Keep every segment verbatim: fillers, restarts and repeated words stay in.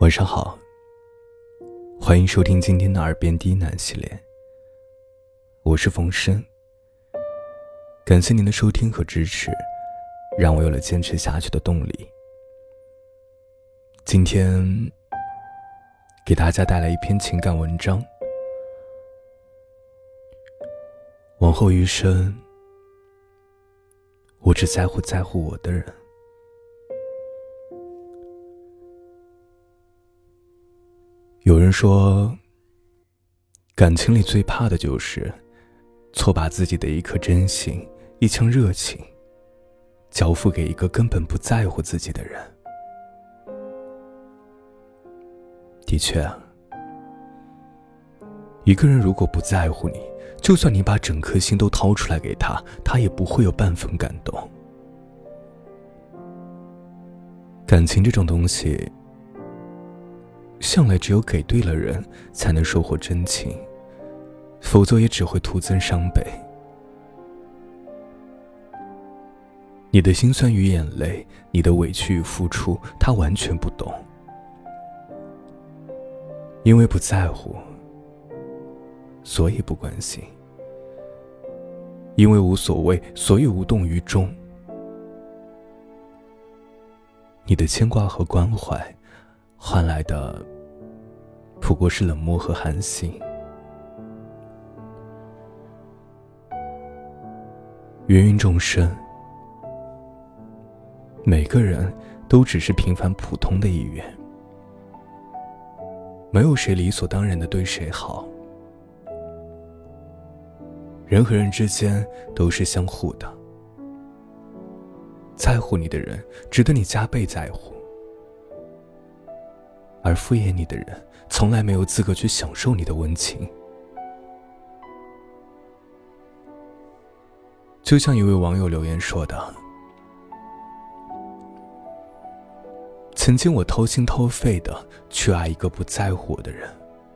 晚上好，欢迎收听今天的耳边低喃系列，我是冯生。感谢您的收听和支持，让我有了坚持下去的动力。今天给大家带来一篇情感文章，往后余生，我只在乎在乎我的人。有人说，感情里最怕的就是错把自己的一颗真心、一腔热情交付给一个根本不在乎自己的人。的确啊，一个人如果不在乎你，就算你把整颗心都掏出来给他，他也不会有半分感动。感情这种东西，向来只有给对了人，才能收获真情，否则也只会徒增伤悲。你的辛酸与眼泪，你的委屈与付出，他完全不懂。因为不在乎，所以不关心；因为无所谓，所以无动于衷。你的牵挂和关怀，换来的不过是冷漠和寒心。芸芸众生，每个人都只是平凡普通的一员，没有谁理所当然的对谁好。人和人之间都是相互的，在乎你的人值得你加倍在乎，而敷衍你的人从来没有资格去享受你的温情。就像一位网友留言说的，曾经我掏心掏肺的去爱一个不在乎我的人，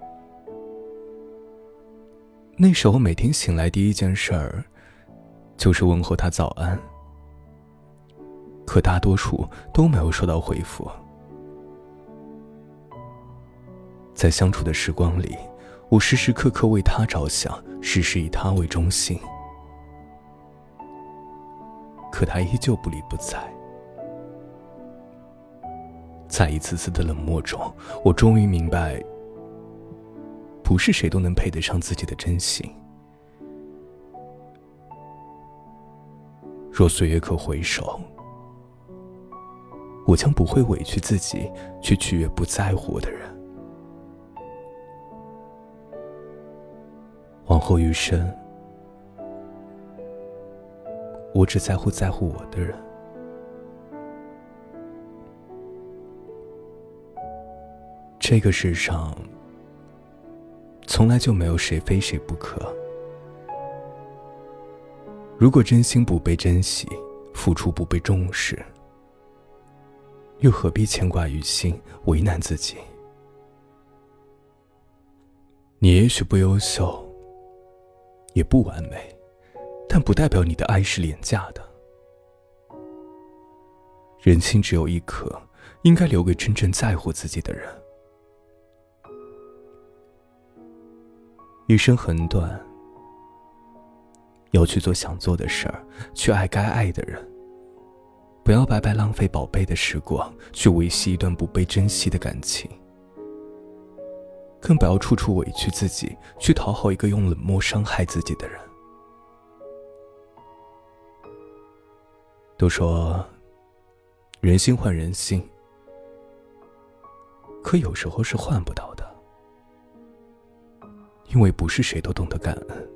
那时候每天醒来第一件事儿就是问候他早安，可大多数都没有收到回复。在相处的时光里，我时时刻刻为他着想，事事以他为中心，可他依旧不理不睬。在一次次的冷漠中，我终于明白，不是谁都能配得上自己的真心。若岁月可回首，我将不会委屈自己去取悦不在乎我的人。往后余生，我只在乎在乎我的人。这个世上从来就没有谁非谁不可。如果真心不被珍惜，付出不被重视，又何必牵挂于心，为难自己？你也许不优秀，也不完美，但不代表你的爱是廉价的。人心只有一颗，应该留给真正在乎自己的人。一生很短，要去做想做的事儿，去爱该爱的人，不要白白浪费宝贝的时光，去维系一段不被珍惜的感情，更不要处处委屈自己，去讨好一个用冷漠伤害自己的人。都说人心换人心，可有时候是换不到的，因为不是谁都懂得感恩。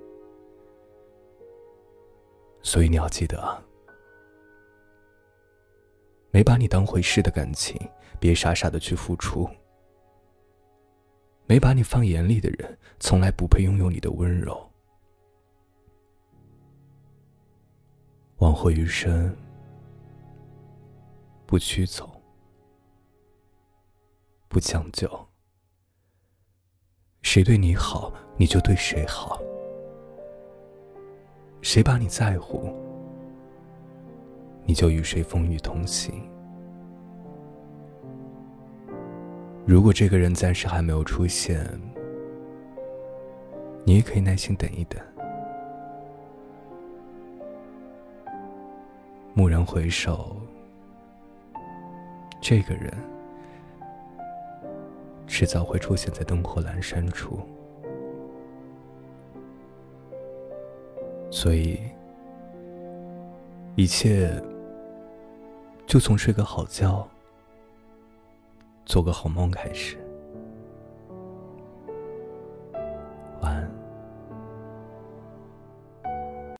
所以你要记得啊，没把你当回事的感情，别傻傻的去付出。没把你放眼里的人，从来不配拥有你的温柔。往后余生，不屈从，不将就，谁对你好，你就对谁好。谁把你在乎，你就与谁风雨同行。 如果这个人暂时还没有出现，你也可以耐心等一等。蓦然回首，这个人迟早会出现在灯火阑珊处。所以一切就从睡个好觉，做个好梦开始。